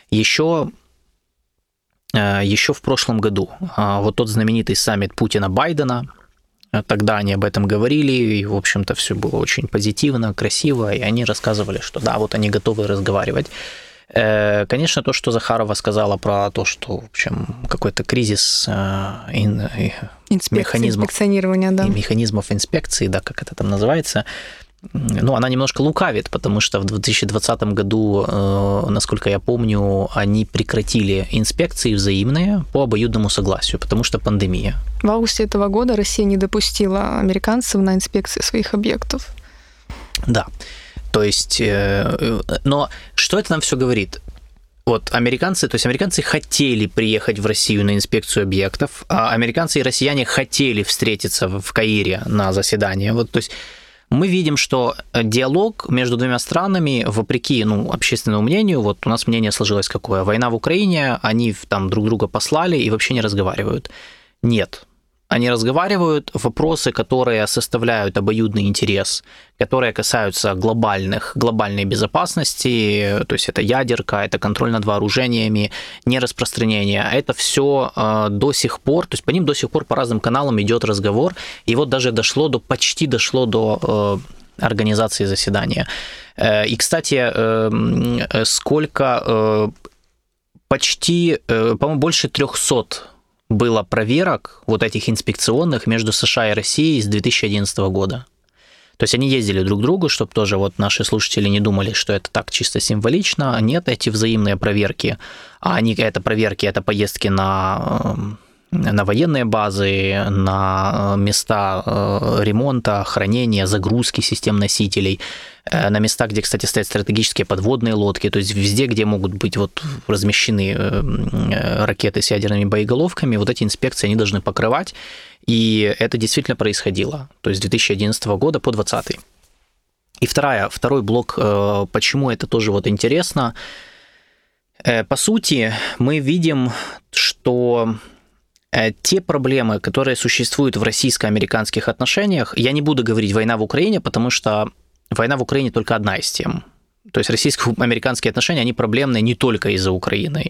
S1: еще в прошлом году. Вот тот знаменитый саммит Путина-Байдена, тогда они об этом говорили, и, в общем-то, все было очень позитивно, красиво, и они рассказывали, что да, вот они готовы разговаривать. Конечно, то, что Захарова сказала про то, что, в общем, какой-то кризис механизмов инспекции, да, как это там называется, она немножко лукавит, потому что в 2020 году, насколько я помню, они прекратили инспекции взаимные по обоюдному согласию, потому что пандемия.
S3: В августе этого года Россия не допустила американцев на инспекции своих объектов.
S1: Да, то есть, но что это нам все говорит? Вот американцы хотели приехать в Россию на инспекцию объектов, а американцы и россияне хотели встретиться в Каире на заседание. Вот, то есть мы видим, что диалог между двумя странами, вопреки общественному мнению, вот у нас мнение сложилось какое? Война в Украине, они там друг друга послали и вообще не разговаривают. Нет. Они разговаривают, вопросы, которые составляют обоюдный интерес, которые касаются глобальной безопасности, то есть это ядерка, это контроль над вооружениями, нераспространение. Это все до сих пор, то есть по ним до сих пор по разным каналам идет разговор, и вот даже почти дошло до организации заседания. И, кстати, по-моему, больше 300 было проверок вот этих инспекционных между США и Россией с 2011 года. То есть они ездили друг к другу, чтобы тоже вот наши слушатели не думали, что это так чисто символично. Нет, эти взаимные проверки, это поездки на военные базы, на места ремонта, хранения, загрузки систем-носителей, на места, где, кстати, стоят стратегические подводные лодки, то есть везде, где могут быть вот размещены ракеты с ядерными боеголовками, вот эти инспекции они должны покрывать, и это действительно происходило, то есть с 2011 года по 2020. И второй блок, почему это тоже вот интересно. По сути, мы видим, что те проблемы, которые существуют в российско-американских отношениях, я не буду говорить «война в Украине», потому что война в Украине только одна из тем. То есть российско-американские отношения, они проблемные не только из-за Украины,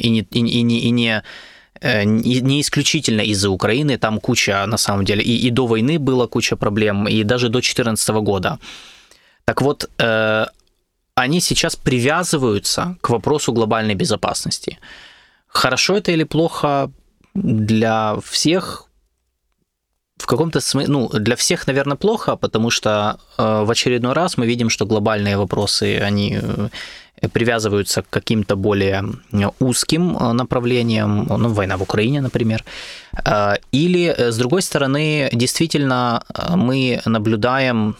S1: не исключительно из-за Украины, там куча, на самом деле, и до войны была куча проблем, и даже до 2014 года. Так вот, они сейчас привязываются к вопросу глобальной безопасности. Хорошо это или плохо для всех? В каком-то смысле, для всех, наверное, плохо, потому что в очередной раз мы видим, что глобальные вопросы, они привязываются к каким-то более узким направлениям, война в Украине, например. Или, с другой стороны, действительно, мы наблюдаем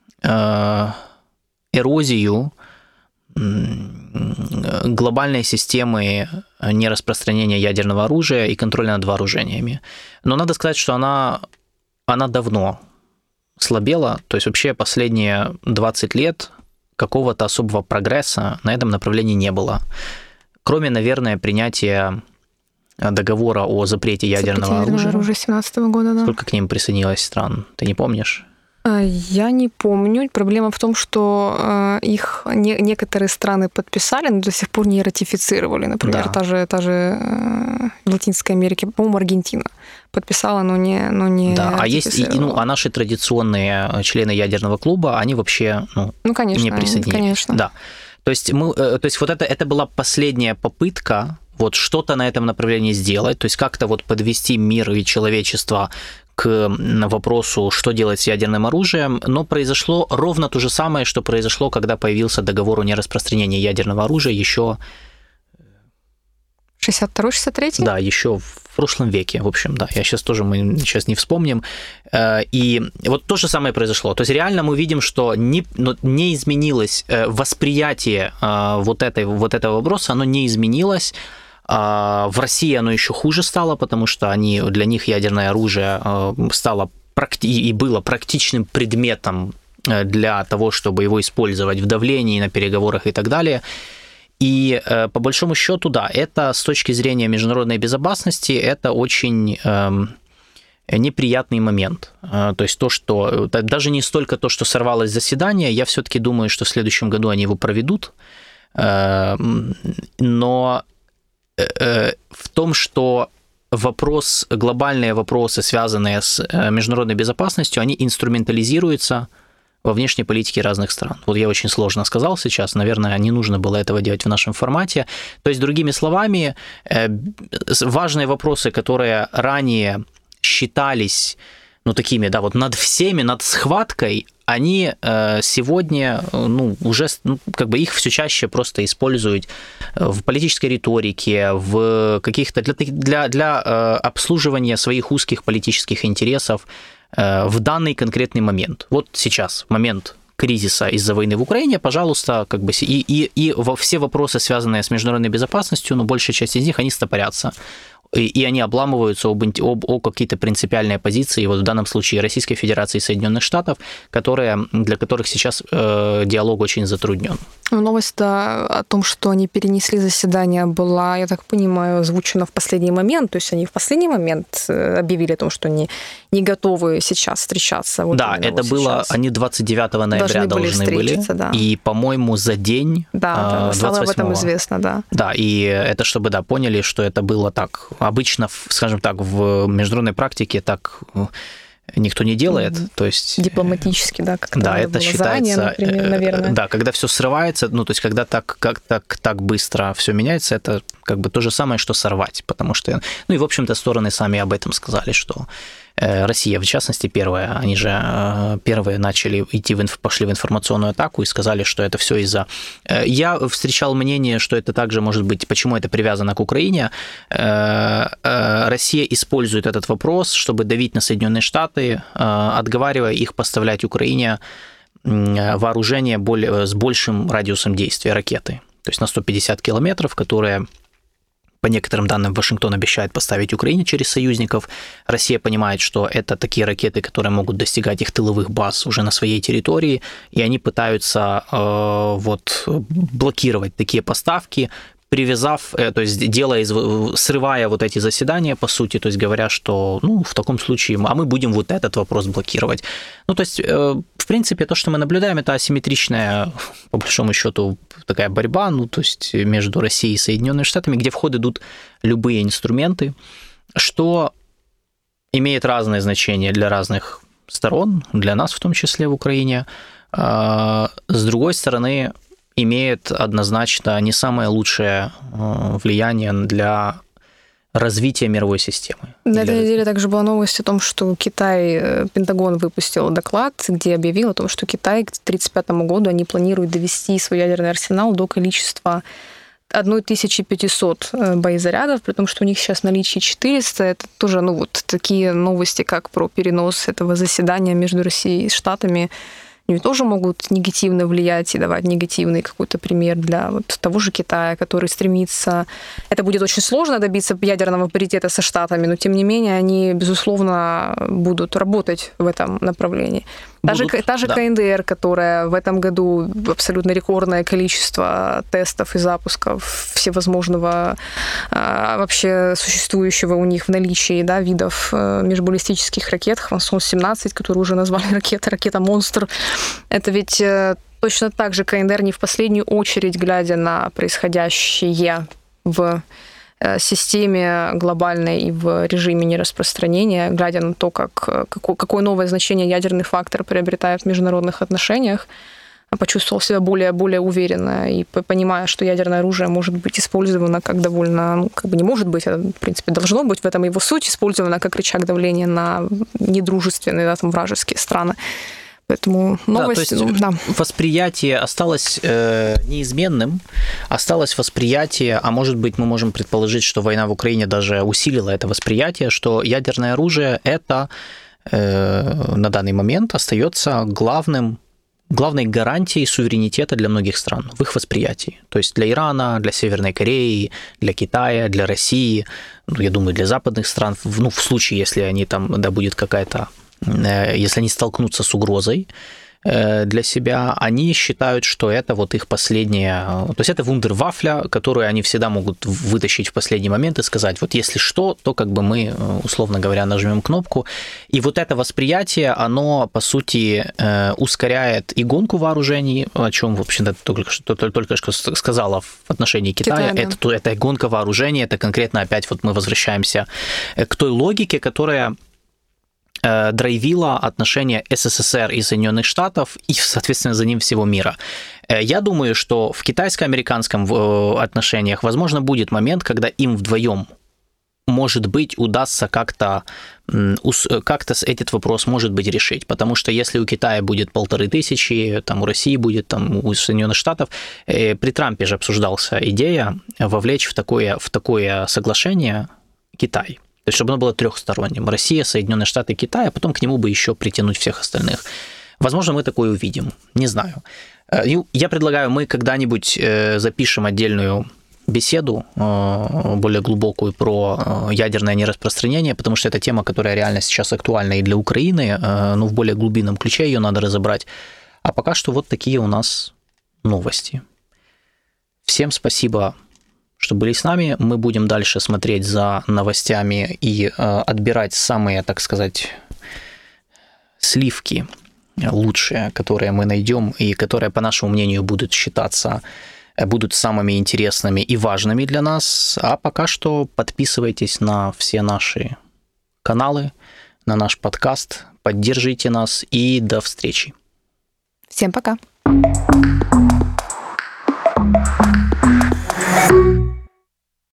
S1: эрозию глобальной системы нераспространения ядерного оружия и контроля над вооружениями. Но надо сказать, что она давно слабела, то есть вообще последние 20 лет какого-то особого прогресса на этом направлении не было. Кроме, наверное, принятия договора о запрете ядерного оружия.
S3: 17 года, да.
S1: Сколько к ним присоединилось стран? Ты не помнишь?
S3: Я не помню. Проблема в том, что их некоторые страны подписали, но до сих пор не ратифицировали. Например,
S1: да.
S3: та же в Латинской Америке, по-моему, Аргентина подписала, но не
S1: да.
S3: ратифицировала.
S1: А наши традиционные члены ядерного клуба, они вообще
S3: конечно,
S1: не присоединились.
S3: Конечно.
S1: Да. То есть вот это была последняя попытка вот что-то на этом направлении сделать, то есть как-то вот подвести мир и человечество к вопросу, что делать с ядерным оружием, но произошло ровно то же самое, что произошло, когда появился договор о нераспространении ядерного оружия еще...
S3: 62-63?
S1: Да, еще в прошлом веке, в общем, да. Мы сейчас не вспомним. И вот то же самое произошло. То есть реально мы видим, что не изменилось восприятие вот этого вопроса, оно не изменилось. В России оно еще хуже стало, потому что для них ядерное оружие стало и было практичным предметом для того, чтобы его использовать в давлении, на переговорах и так далее. И по большому счету, да, это с точки зрения международной безопасности, это очень неприятный момент. То есть даже не столько то, что сорвалось заседание, я все-таки думаю, что в следующем году они его проведут, но в том, что глобальные вопросы, связанные с международной безопасностью, они инструментализируются во внешней политике разных стран. Вот я очень сложно сказал сейчас, наверное, не нужно было этого делать в нашем формате. То есть, другими словами, важные вопросы, которые ранее считались такими, да, вот над всеми, над схваткой, они сегодня уже их все чаще просто используют в политической риторике, в каких-то для обслуживания своих узких политических интересов в данный конкретный момент. Вот сейчас момент кризиса из-за войны в Украине, пожалуйста, и все вопросы, связанные с международной безопасностью, большая часть из них, они стопорятся. И они обламываются о какие-то принципиальные позиции, вот в данном случае Российской Федерации и Соединенных Штатов, для которых сейчас диалог очень затруднен.
S3: Новость о том, что они перенесли заседание, была, я так понимаю, озвучена в последний момент. То есть они в последний момент объявили о том, что они не готовы сейчас встречаться. Вот
S1: да, это было, они 29 ноября должны были.
S3: Да.
S1: И, по-моему, за день.
S3: Да, стало об этом известно, да.
S1: Да, и это чтобы, поняли, что это было так. Обычно, скажем так, в международной практике так никто не делает, то есть...
S3: Дипломатически, да, как-то
S1: да, это считается,
S3: заранее, например, наверное.
S1: Да, когда все срывается, то есть когда так быстро все меняется, это то же самое, что сорвать, потому что... и, в общем-то, стороны сами об этом сказали, что Россия, в частности, они же первые пошли в информационную атаку и сказали, что это все из-за... Я встречал мнение, что это также может быть, почему это привязано к Украине. Россия использует этот вопрос, чтобы давить на Соединенные Штаты, отговаривая их поставлять Украине вооружение с большим радиусом действия, ракеты, то есть на 150 километров, которые... По некоторым данным, Вашингтон обещает поставить Украине через союзников. Россия понимает, что это такие ракеты, которые могут достигать их тыловых баз уже на своей территории, и они пытаются блокировать такие поставки, привязав, то есть срывая вот эти заседания, по сути, то есть говоря, что, в таком случае, а мы будем вот этот вопрос блокировать. То есть, в принципе, то, что мы наблюдаем, это асимметричная, по большому счету, такая борьба, то есть между Россией и Соединенными Штатами, где в ход идут любые инструменты, что имеет разное значение для разных сторон, для нас в том числе в Украине. С другой стороны, имеет однозначно не самое лучшее влияние для развития мировой системы.
S3: На этой неделе также была новость о том, что Пентагон выпустил доклад, где объявил о том, что Китай к 1935 году они планируют довести свой ядерный арсенал до количества 1500 боезарядов, при том, что у них сейчас в наличии 400. Это тоже такие новости, как про перенос этого заседания между Россией и Штатами, они тоже могут негативно влиять и давать негативный какой-то пример для того же Китая, который стремится... Это будет очень сложно добиться ядерного паритета со Штатами, но тем не менее они, безусловно, будут работать в этом направлении.
S2: Та же КНДР, которая в этом году абсолютно рекордное количество тестов и запусков всевозможного вообще существующего у них в наличии, да, видов межбаллистических ракет, Хвансон-17, которую уже назвали ракета-монстр. Это ведь точно так же КНДР не в последнюю очередь, глядя на происходящее в системе глобальной и в режиме нераспространения, глядя на то, какое новое значение ядерный фактор приобретает в международных отношениях, почувствовал себя более уверенно и понимая, что ядерное оружие может быть использовано как довольно, не может быть, а в принципе должно быть, в этом его суть, использовано как рычаг давления на недружественные, да, там, вражеские страны. Поэтому новость...
S1: Да, то есть восприятие осталось неизменным, осталось восприятие, а может быть мы можем предположить, что война в Украине даже усилила это восприятие, что ядерное оружие это на данный момент остается главной гарантией суверенитета для многих стран в их восприятии. То есть для Ирана, для Северной Кореи, для Китая, для России, я думаю, для западных стран, в случае, если они там, да, будет какая-то, если они столкнутся с угрозой для себя, они считают, что это вот их последняя... То есть это вундервафля, которую они всегда могут вытащить в последний момент и сказать, вот если что, то как бы мы, условно говоря, нажмем кнопку. И вот это восприятие, оно, по сути, ускоряет и гонку вооружений, о чем, в общем-то, только что сказала в отношении Китая. Да. Это гонка вооружений, это конкретно опять вот мы возвращаемся к той логике, которая драйвила отношения СССР и Соединенных Штатов и, соответственно, за ним всего мира. Я думаю, что в китайско-американском отношениях, возможно, будет момент, когда им вдвоем, может быть, удастся как-то этот вопрос, может быть, решить. Потому что если у Китая будет 1500, там, у России будет, там, у Соединенных Штатов, при Трампе же обсуждалась идея вовлечь в такое соглашение Китай. То есть, чтобы оно было трехсторонним. Россия, Соединенные Штаты, Китай, а потом к нему бы еще притянуть всех остальных. Возможно, мы такое увидим. Не знаю. Я предлагаю, мы когда-нибудь запишем отдельную беседу, более глубокую, про ядерное нераспространение, потому что это тема, которая реально сейчас актуальна и для Украины, но в более глубинном ключе ее надо разобрать. А пока что вот такие у нас новости. Всем спасибо, что были с нами. Мы будем дальше смотреть за новостями и отбирать самые, так сказать, сливки лучшие, которые мы найдем и которые, по нашему мнению, будут самыми интересными и важными для нас. А пока что подписывайтесь на все наши каналы, на наш подкаст, поддержите нас и до встречи.
S2: Всем пока.